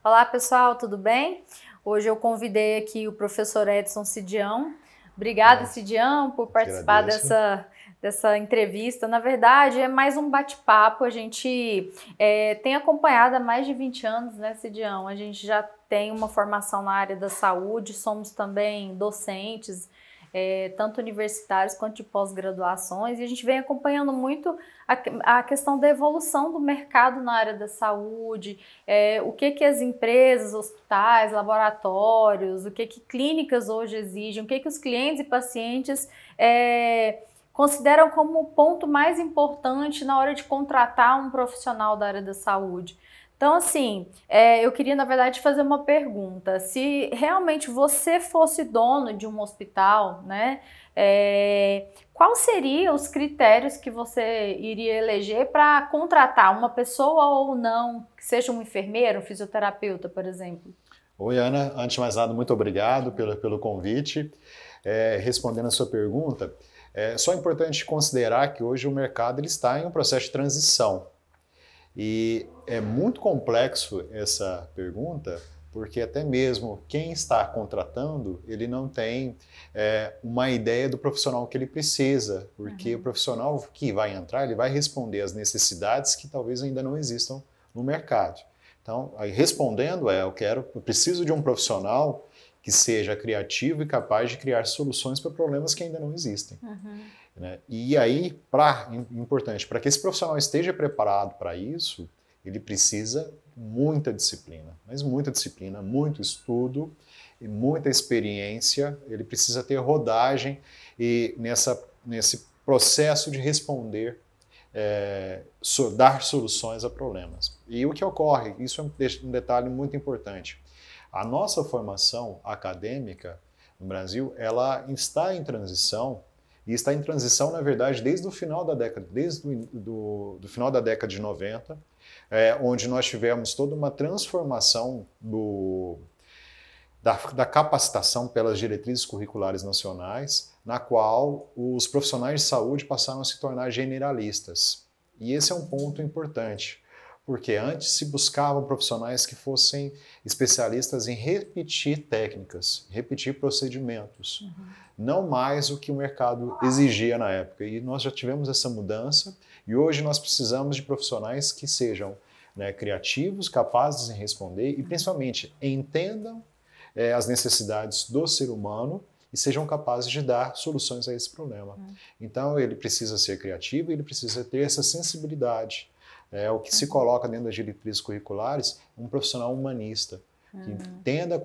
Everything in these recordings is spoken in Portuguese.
Olá pessoal, tudo bem? Hoje eu convidei aqui o professor Edson Sidião. Obrigada, Bom, Sidião, por te participar agradeço. dessa entrevista. Na verdade, é mais um bate-papo. A gente tem acompanhado há mais de 20 anos, né, Sidião? A gente já tem uma formação na área da saúde, somos também docentes, tanto universitários quanto de pós-graduações, e a gente vem acompanhando muito a questão da evolução do mercado na área da saúde, o que as empresas, hospitais, laboratórios, o que clínicas hoje exigem, o que os clientes e pacientes consideram como o ponto mais importante na hora de contratar um profissional da área da saúde. Então, assim, eu queria, na verdade, fazer uma pergunta. Se realmente você fosse dono de um hospital, né, quais seriam os critérios que você iria eleger para contratar uma pessoa ou não, que seja um enfermeiro, um fisioterapeuta, por exemplo? Oi, Ana. Antes de mais nada, muito obrigado pelo convite. Respondendo a sua pergunta, é só importante considerar que hoje o mercado ele está em um processo de transição. E é muito complexo essa pergunta, porque até mesmo quem está contratando, ele não tem uma ideia do profissional que ele precisa, porque o profissional que vai entrar, ele vai responder às necessidades que talvez ainda não existam no mercado. Então, aí respondendo eu preciso de um profissional que seja criativo e capaz de criar soluções para problemas que ainda não existem. Né? E aí, importante, para que esse profissional esteja preparado para isso, ele precisa muita disciplina, mas muita disciplina, muito estudo e muita experiência, ele precisa ter rodagem e nesse processo de responder, dar soluções a problemas. E o que ocorre, isso é um detalhe muito importante, a nossa formação acadêmica no Brasil, ela está em transição, e está em transição, na verdade, desde o final da década, do final da década de 90, onde nós tivemos toda uma transformação da capacitação pelas diretrizes curriculares nacionais, na qual os profissionais de saúde passaram a se tornar generalistas. E esse é um ponto importante, porque antes se buscavam profissionais que fossem especialistas em repetir técnicas, repetir procedimentos, não mais o que o mercado exigia na época. E nós já tivemos essa mudança e hoje nós precisamos de profissionais que sejam, né, criativos, capazes em responder e principalmente entendam as necessidades do ser humano e sejam capazes de dar soluções a esse problema. Então ele precisa ser criativo e ele precisa ter essa sensibilidade. O que se coloca dentro das diretrizes curriculares, um profissional humanista, que entenda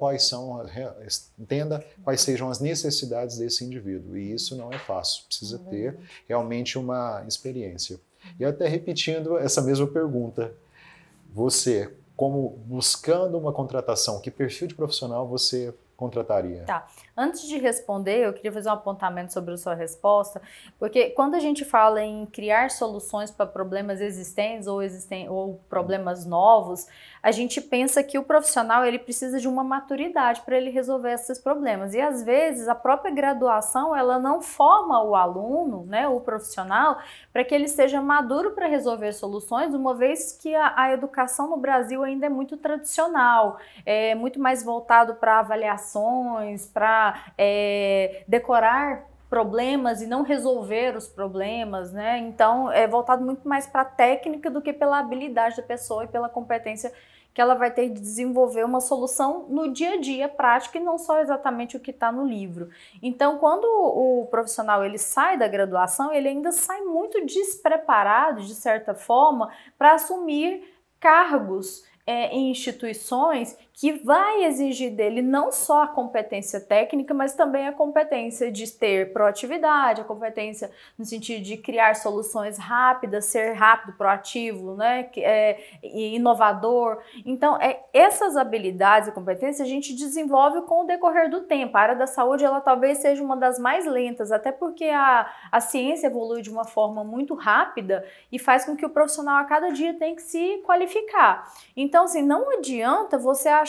quais sejam as necessidades desse indivíduo. E isso não é fácil, precisa ter realmente uma experiência. E até repetindo essa mesma pergunta, você, como buscando uma contratação, que perfil de profissional você contrataria? Tá. Antes de responder, eu queria fazer um apontamento sobre a sua resposta, porque quando a gente fala em criar soluções para problemas existentes ou problemas novos, a gente pensa que o profissional ele precisa de uma maturidade para ele resolver esses problemas. E às vezes a própria graduação ela não forma o aluno, né, o profissional, para que ele seja maduro para resolver soluções, uma vez que a educação no Brasil ainda é muito tradicional, é muito mais voltado para avaliações, para decorar problemas e não resolver os problemas, né? Então é voltado muito mais para a técnica do que pela habilidade da pessoa e pela competência que ela vai ter de desenvolver uma solução no dia a dia prática e não só exatamente o que está no livro. Então, quando o profissional ele sai da graduação, ele ainda sai muito despreparado, de certa forma, para assumir cargos em instituições que vai exigir dele não só a competência técnica, mas também a competência de ter proatividade, a competência no sentido de criar soluções rápidas, ser rápido, proativo, né, inovador. Então, essas habilidades e competências a gente desenvolve com o decorrer do tempo. A área da saúde, ela talvez seja uma das mais lentas, até porque a ciência evolui de uma forma muito rápida e faz com que o profissional a cada dia tenha que se qualificar. Então, assim, não adianta você achar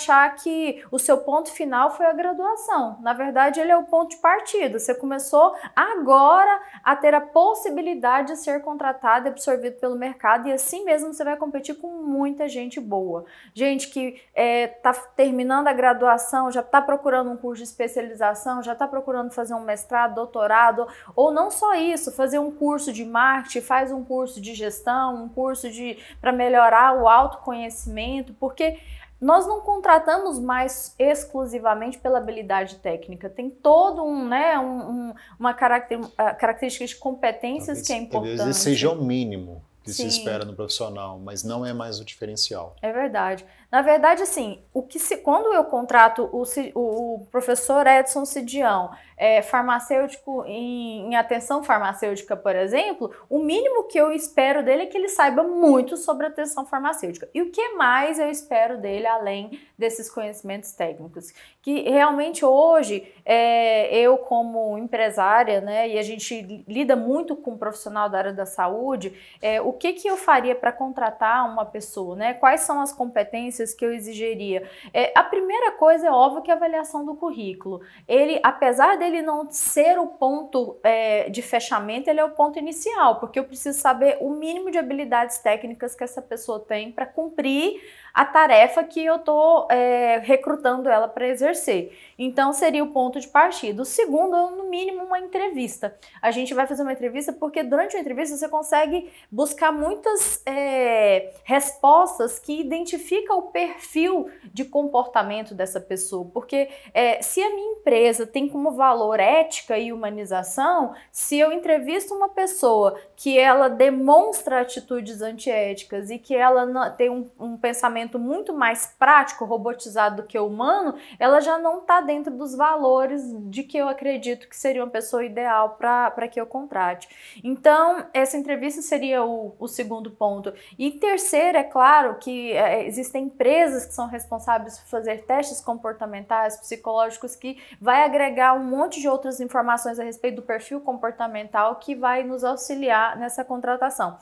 achar que o seu ponto final foi a graduação. Na verdade, ele é o ponto de partida. Você começou agora a ter a possibilidade de ser contratado e absorvido pelo mercado, e assim mesmo você vai competir com muita gente boa. Gente que está terminando a graduação, já está procurando um curso de especialização, já está procurando fazer um mestrado, doutorado, ou não só isso, fazer um curso de marketing, faz um curso de gestão, um curso para melhorar o autoconhecimento, porque nós não contratamos mais exclusivamente pela habilidade técnica, tem todo uma característica de competências que é importante. Talvez esse seja o mínimo que se espera no profissional, mas não é mais o diferencial. É verdade. Na verdade, assim, quando eu contrato o professor Edson Sidião, farmacêutico em atenção farmacêutica, por exemplo, o mínimo que eu espero dele é que ele saiba muito sobre atenção farmacêutica. E o que mais eu espero dele, além desses conhecimentos técnicos? Que realmente hoje, eu como empresária, né, e a gente lida muito com um profissional da área da saúde, o que eu faria para contratar uma pessoa, né? Quais são as competências que eu exigiria? A primeira coisa é óbvio que é a avaliação do currículo. Ele, apesar dele não ser o ponto de fechamento, ele é o ponto inicial, porque eu preciso saber o mínimo de habilidades técnicas que essa pessoa tem para cumprir a tarefa que eu estou recrutando ela para exercer. Então, seria o ponto de partida. O segundo é, no mínimo, uma entrevista. A gente vai fazer uma entrevista porque durante a entrevista você consegue buscar muitas respostas que identificam o perfil de comportamento dessa pessoa. Porque se a minha empresa tem como valor ética e humanização, se eu entrevisto uma pessoa que ela demonstra atitudes antiéticas e que ela tem um pensamento muito mais prático, robotizado do que o humano, ela já não está dentro dos valores de que eu acredito que seria uma pessoa ideal para que eu contrate. Então, essa entrevista seria o segundo ponto. E terceiro, é claro que existem empresas que são responsáveis por fazer testes comportamentais, psicológicos, que vai agregar um monte de outras informações a respeito do perfil comportamental que vai nos auxiliar nessa contratação.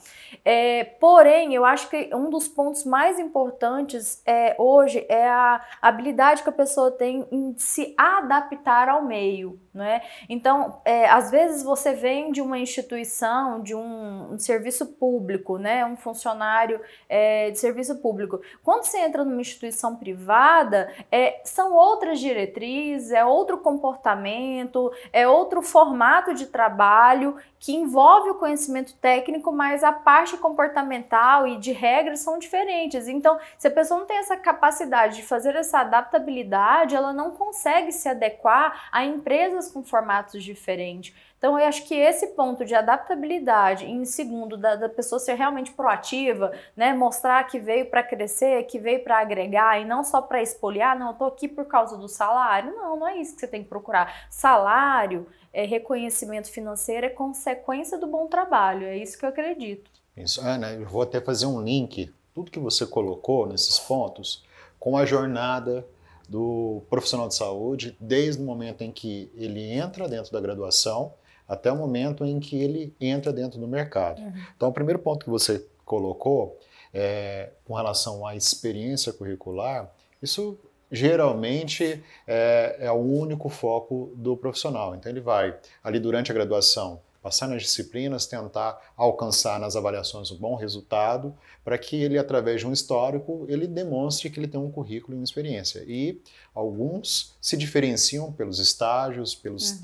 Porém, eu acho que um dos pontos mais importantes hoje é a habilidade que a pessoa tem em se adaptar ao meio, né? Então, às vezes você vem de uma instituição, de um serviço público, né? Um funcionário de serviço público. Quando você entra numa instituição privada, são outras diretrizes, é outro comportamento, é outro formato de trabalho que envolve o conhecimento técnico, mas a parte comportamental e de regras são diferentes. Então, se a pessoa não tem essa capacidade de fazer essa adaptabilidade, ela não consegue se adequar a empresas com formatos diferentes. Então, eu acho que esse ponto de adaptabilidade, em segundo, da pessoa ser realmente proativa, né, mostrar que veio para crescer, que veio para agregar e não só para expoliar, não, eu estou aqui por causa do salário. Não é isso que você tem que procurar. Salário, reconhecimento financeiro é consequência do bom trabalho, é isso que eu acredito. Isso, Ana, eu vou até fazer um link, tudo que você colocou nesses pontos, com a jornada do profissional de saúde, desde o momento em que ele entra dentro da graduação, até o momento em que ele entra dentro do mercado. Uhum. Então, o primeiro ponto que você colocou, com relação à experiência curricular, isso geralmente é o único foco do profissional. Então, ele vai, ali durante a graduação, passar nas disciplinas, tentar alcançar nas avaliações um bom resultado, para que ele, através de um histórico, ele demonstre que ele tem um currículo e uma experiência. E alguns se diferenciam pelos estágios, pelos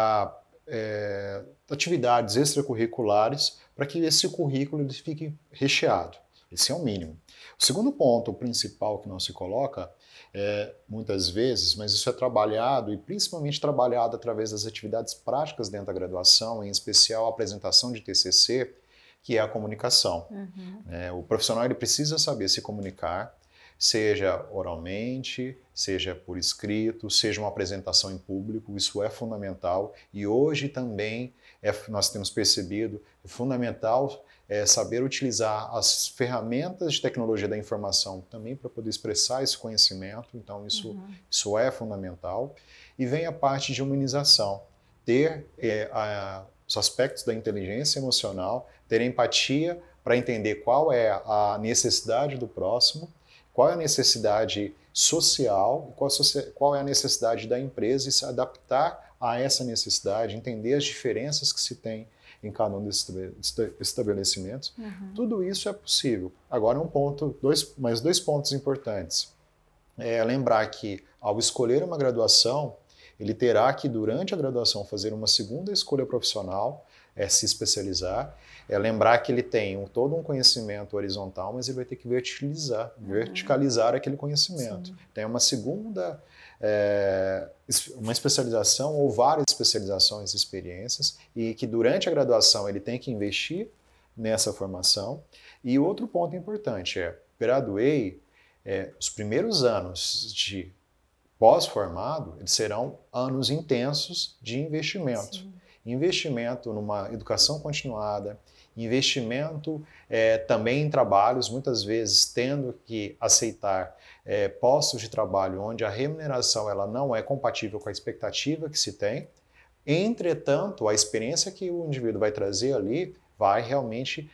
atividades extracurriculares, para que esse currículo ele fique recheado. Esse é o mínimo. O segundo ponto, o principal que não se coloca, muitas vezes, mas isso é trabalhado e principalmente trabalhado através das atividades práticas dentro da graduação, em especial a apresentação de TCC, que é a comunicação. Uhum. O profissional ele precisa saber se comunicar, seja oralmente, seja por escrito, seja uma apresentação em público, isso é fundamental. E hoje também nós temos percebido fundamental saber utilizar as ferramentas de tecnologia da informação também para poder expressar esse conhecimento, então isso é fundamental. E vem a parte de humanização, ter os aspectos da inteligência emocional, ter empatia para entender qual é a necessidade do próximo, qual é a necessidade social, qual é a necessidade da empresa e se adaptar a essa necessidade, entender as diferenças que se tem em cada um desses estabelecimentos. Tudo isso é possível. Agora mais dois pontos importantes. Lembrar que ao escolher uma graduação, ele terá que, durante a graduação, fazer uma segunda escolha profissional, se especializar. Lembrar que ele tem todo um conhecimento horizontal, mas ele vai ter que verticalizar aquele conhecimento. Sim. Tem uma segunda, uma especialização ou várias especializações e experiências, e que durante a graduação ele tem que investir nessa formação. E outro ponto importante graduei, os primeiros anos de pós-formado, eles serão anos intensos de investimento. Sim. Investimento numa educação continuada, investimento também em trabalhos, muitas vezes tendo que aceitar postos de trabalho onde a remuneração ela não é compatível com a expectativa que se tem. Entretanto, a experiência que o indivíduo vai trazer ali vai realmente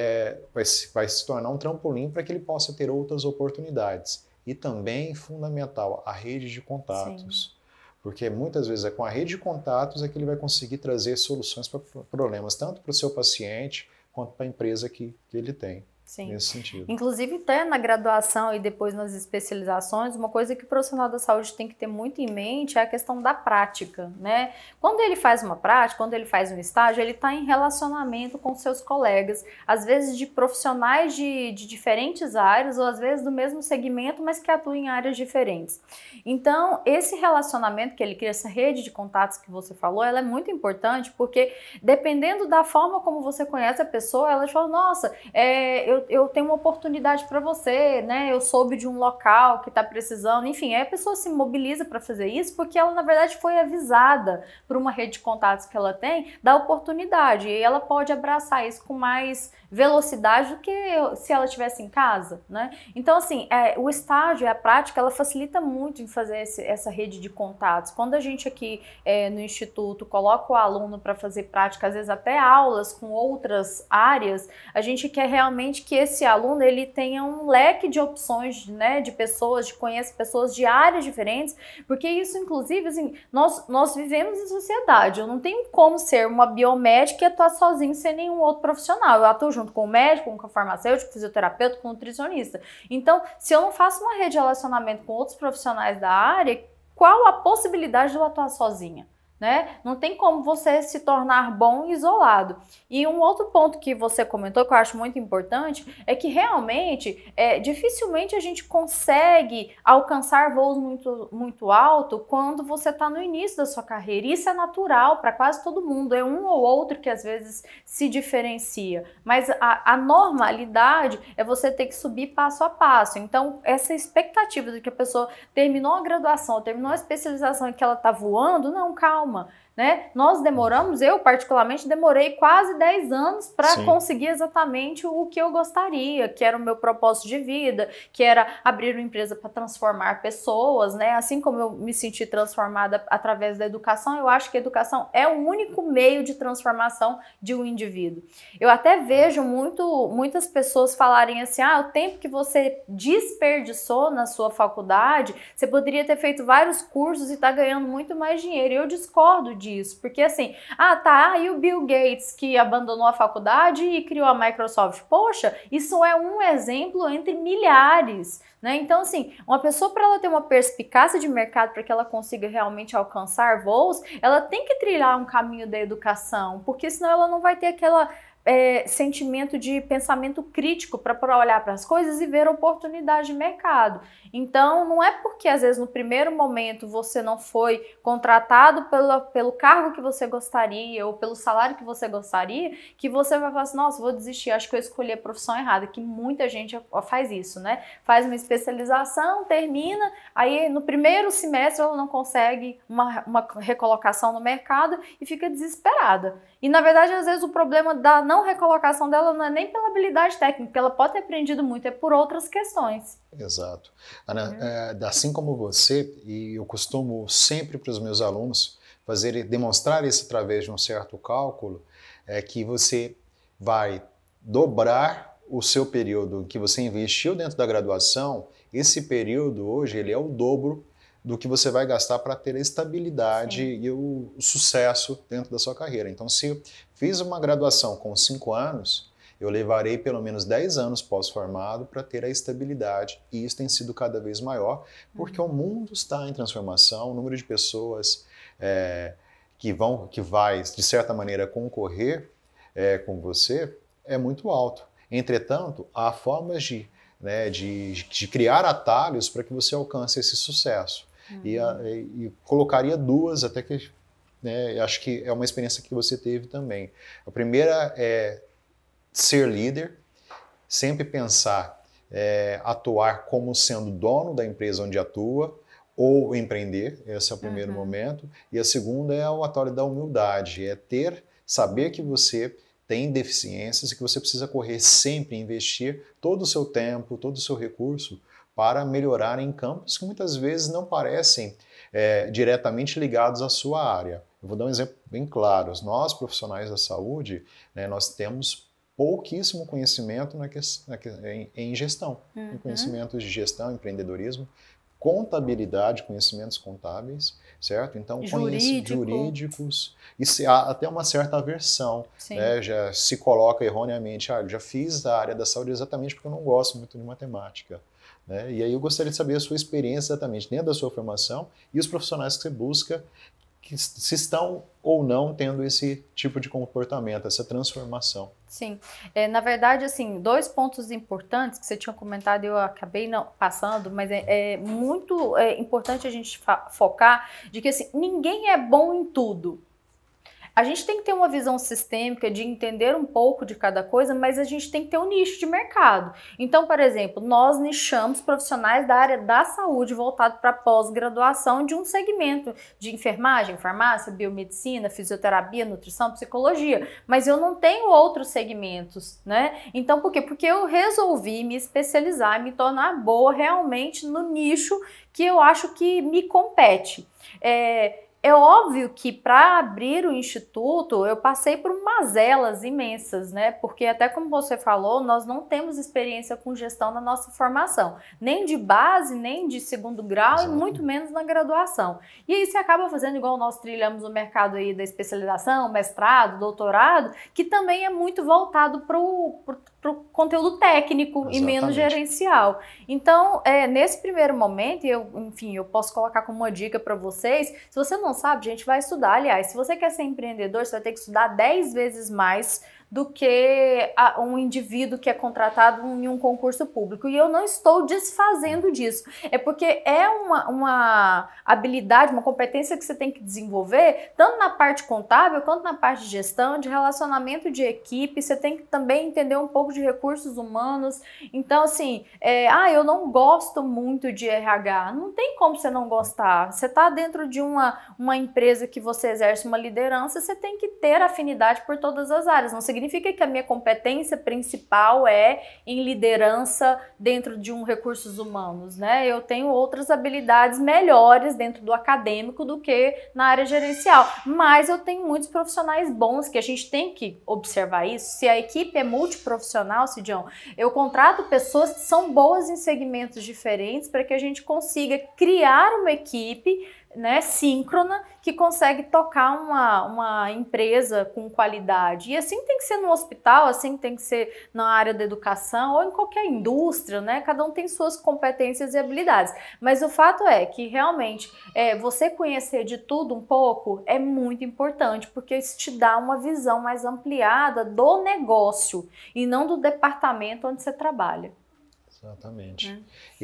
vai se tornar um trampolim para que ele possa ter outras oportunidades. E também, fundamental, a rede de contatos. Sim. Porque muitas vezes é com a rede de contatos que ele vai conseguir trazer soluções para problemas, tanto para o seu paciente quanto para a empresa que ele tem. Sim. Nesse sentido. Inclusive, até na graduação e depois nas especializações, uma coisa que o profissional da saúde tem que ter muito em mente é a questão da prática, né? Quando ele faz uma prática, quando ele faz um estágio, ele está em relacionamento com seus colegas, às vezes de profissionais de diferentes áreas ou às vezes do mesmo segmento, mas que atuam em áreas diferentes. Então, esse relacionamento que ele cria, essa rede de contatos que você falou, ela é muito importante porque dependendo da forma como você conhece a pessoa, ela te fala, nossa, eu tenho uma oportunidade para você, né? Eu soube de um local que está precisando, enfim, aí a pessoa se mobiliza para fazer isso porque ela, na verdade, foi avisada por uma rede de contatos que ela tem da oportunidade e ela pode abraçar isso com mais velocidade do que se ela estivesse em casa, né? Então, assim, o estágio e a prática, ela facilita muito em fazer essa rede de contatos. Quando a gente aqui no Instituto coloca o aluno para fazer prática, às vezes até aulas com outras áreas, a gente quer realmente que esse aluno ele tenha um leque de opções, né, de pessoas, de conhecer pessoas de áreas diferentes, porque isso, inclusive, assim, nós vivemos em sociedade. Eu não tenho como ser uma biomédica e atuar sozinho sem nenhum outro profissional. Eu atuo junto com o médico, com o farmacêutico, fisioterapeuta, com o nutricionista. Então, se eu não faço uma rede de relacionamento com outros profissionais da área, qual a possibilidade de eu atuar sozinha? Né? Não tem como você se tornar bom isolado. E um outro ponto que você comentou, que eu acho muito importante, é que realmente, dificilmente a gente consegue alcançar voos muito, muito alto quando você está no início da sua carreira. Isso é natural para quase todo mundo, é um ou outro que às vezes se diferencia. Mas a normalidade é você ter que subir passo a passo. Então, essa expectativa de que a pessoa terminou a graduação, terminou a especialização e que ela está voando, não, calma. Né? Nós demoramos, eu particularmente demorei quase 10 anos para conseguir exatamente o que eu gostaria, que era o meu propósito de vida, que era abrir uma empresa para transformar pessoas, né? Assim como eu me senti transformada através da educação, eu acho que a educação é o único meio de transformação de um indivíduo. Eu até vejo muitas pessoas falarem assim, o tempo que você desperdiçou na sua faculdade, você poderia ter feito vários cursos e tá ganhando muito mais dinheiro. Eu discordo disso, porque assim, e o Bill Gates que abandonou a faculdade e criou a Microsoft? Poxa, isso é um exemplo entre milhares, né? Então, assim, uma pessoa, para ela ter uma perspicácia de mercado, para que ela consiga realmente alcançar voos, ela tem que trilhar um caminho da educação, porque senão ela não vai ter aquela sentimento de pensamento crítico para olhar para as coisas e ver oportunidade de mercado. Então, não é porque às vezes no primeiro momento você não foi contratado pelo cargo que você gostaria ou pelo salário que você gostaria, que você vai falar assim, nossa, vou desistir, acho que eu escolhi a profissão errada, que muita gente faz isso, né? Faz uma especialização, termina, aí no primeiro semestre ela não consegue uma recolocação no mercado e fica desesperada. E na verdade, às vezes o problema da não recolocação dela não é nem pela habilidade técnica, ela pode ter aprendido muito, é por outras questões. Exato. Ana, assim como você, e eu costumo sempre para os meus alunos demonstrar isso através de um certo cálculo, é que você vai dobrar o seu período que você investiu dentro da graduação, esse período hoje ele é o dobro do que você vai gastar para ter a estabilidade Sim. e o sucesso dentro da sua carreira. Então, se eu fiz uma graduação com 5 anos, eu levarei pelo menos 10 anos pós-formado para ter a estabilidade, e isso tem sido cada vez maior, porque o mundo está em transformação, o número de pessoas que vai, de certa maneira, concorrer com você é muito alto. Entretanto, há formas de criar atalhos para que você alcance esse sucesso. E colocaria duas, até que acho que é uma experiência que você teve também. A primeira é ser líder, sempre pensar, atuar como sendo dono da empresa onde atua, ou empreender, esse é o primeiro momento. E a segunda é o atalho da humildade, saber que você tem deficiências e que você precisa correr sempre, investir todo o seu tempo, todo o seu recurso para melhorar em campos que muitas vezes não parecem diretamente ligados à sua área. Eu vou dar um exemplo bem claro. Nós, profissionais da saúde, nós temos pouquíssimo conhecimento em gestão, em conhecimentos de gestão, empreendedorismo, contabilidade, conhecimentos contábeis, certo? Então, jurídicos, e há até uma certa aversão, já se coloca erroneamente, eu já fiz a área da saúde exatamente porque eu não gosto muito de matemática. E aí eu gostaria de saber a sua experiência exatamente dentro da sua formação e os profissionais que você busca, que se estão ou não tendo esse tipo de comportamento, essa transformação. Sim, na verdade, assim, 2 pontos importantes que você tinha comentado e eu acabei não passando, mas é muito importante a gente focar de que, assim, ninguém é bom em tudo. A gente tem que ter uma visão sistêmica de entender um pouco de cada coisa, mas a gente tem que ter um nicho de mercado. Então, por exemplo, nós nichamos profissionais da área da saúde voltado para pós-graduação de um segmento de enfermagem, farmácia, biomedicina, fisioterapia, nutrição, psicologia, mas eu não tenho outros segmentos, né? Então, por quê? Porque eu resolvi me especializar e me tornar boa realmente no nicho que eu acho que me compete. É óbvio que para abrir o instituto eu passei por mazelas imensas, né? Porque até como você falou, nós não temos experiência com gestão na nossa formação, nem de base, nem de segundo grau. Exato. E muito menos na graduação. E aí você acaba fazendo igual nós trilhamos o mercado aí da especialização, mestrado, doutorado, que também é muito voltado para o conteúdo técnico. Exatamente. E menos gerencial. Então, nesse primeiro momento, eu posso colocar como uma dica para vocês, se você não sabe, gente, vai estudar. Aliás, se você quer ser empreendedor, você vai ter que estudar 10 vezes mais do que um indivíduo que é contratado em um concurso público. E eu não estou desfazendo disso. É porque é uma habilidade, uma competência que você tem que desenvolver, tanto na parte contábil, quanto na parte de gestão, de relacionamento de equipe. Você tem que também entender um pouco de recursos humanos. Então, assim, eu não gosto muito de RH. Não tem como você não gostar. Você está dentro de uma empresa que você exerce uma liderança, você tem que ter afinidade por todas as áreas. Não significa que a minha competência principal é em liderança dentro de recursos humanos, né? Eu tenho outras habilidades melhores dentro do acadêmico do que na área gerencial, mas eu tenho muitos profissionais bons que a gente tem que observar isso. Se a equipe é multiprofissional, Cidião, eu contrato pessoas que são boas em segmentos diferentes para que a gente consiga criar uma equipe, né, síncrona, que consegue tocar uma empresa com qualidade. E assim tem que ser no hospital, assim tem que ser na área da educação ou em qualquer indústria, né? Cada um tem suas competências e habilidades. Mas o fato é que realmente você conhecer de tudo um pouco é muito importante, porque isso te dá uma visão mais ampliada do negócio e não do departamento onde você trabalha. Exatamente.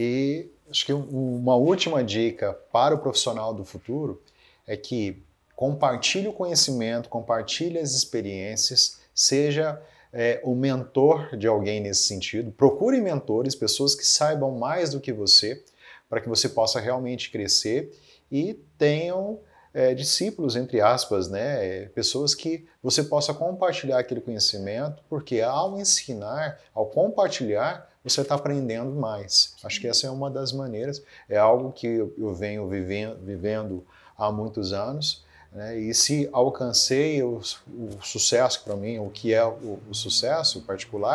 E acho que uma última dica para o profissional do futuro é que compartilhe o conhecimento, compartilhe as experiências, seja o mentor de alguém nesse sentido. Procure mentores, pessoas que saibam mais do que você, para que você possa realmente crescer e tenham discípulos, entre aspas, né? Pessoas que você possa compartilhar aquele conhecimento, porque ao ensinar, ao compartilhar, você está aprendendo mais. Acho que essa é uma das maneiras, é algo que eu venho vivendo há muitos anos, né? E se alcancei o sucesso para mim, o que é o sucesso particular,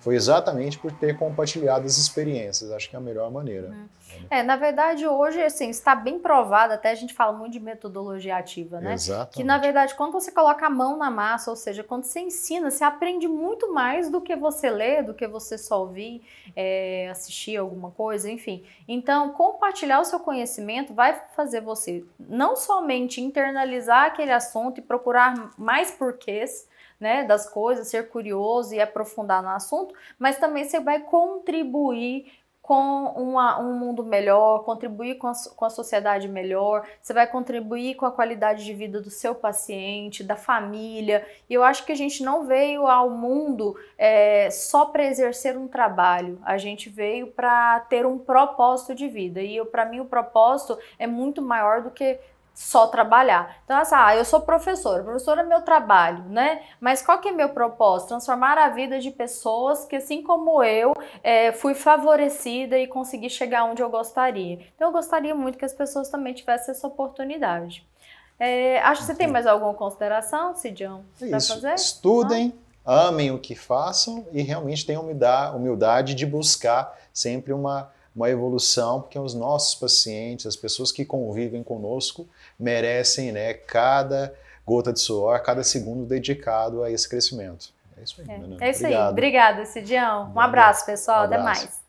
foi exatamente por ter compartilhado as experiências. Acho que é a melhor maneira. Na verdade, hoje, assim, está bem provado, até a gente fala muito de metodologia ativa, né? Exatamente. Que, na verdade, quando você coloca a mão na massa, ou seja, quando você ensina, você aprende muito mais do que você lê, do que você só ouvir, assistir alguma coisa, enfim. Então, compartilhar o seu conhecimento vai fazer você não somente internalizar aquele assunto e procurar mais porquês, né, das coisas, ser curioso e aprofundar no assunto, mas também você vai contribuir com um mundo melhor, contribuir com a sociedade melhor, você vai contribuir com a qualidade de vida do seu paciente, da família. E eu acho que a gente não veio ao mundo só para exercer um trabalho, a gente veio para ter um propósito de vida. E para mim o propósito é muito maior do que só trabalhar. Então, assim, eu sou professora é meu trabalho, né? Mas qual que é meu propósito? Transformar a vida de pessoas que, assim como eu, fui favorecida e consegui chegar onde eu gostaria. Então, eu gostaria muito que as pessoas também tivessem essa oportunidade. Acho que você tem mais alguma consideração, Cidião, para fazer? Estudem, amem o que façam e realmente tenham humildade de buscar sempre uma evolução, porque os nossos pacientes, as pessoas que convivem conosco, merecem, né, cada gota de suor, cada segundo dedicado a esse crescimento. É isso aí, Ana. É isso aí. Obrigada, Cidião. Um abraço, pessoal. Até mais.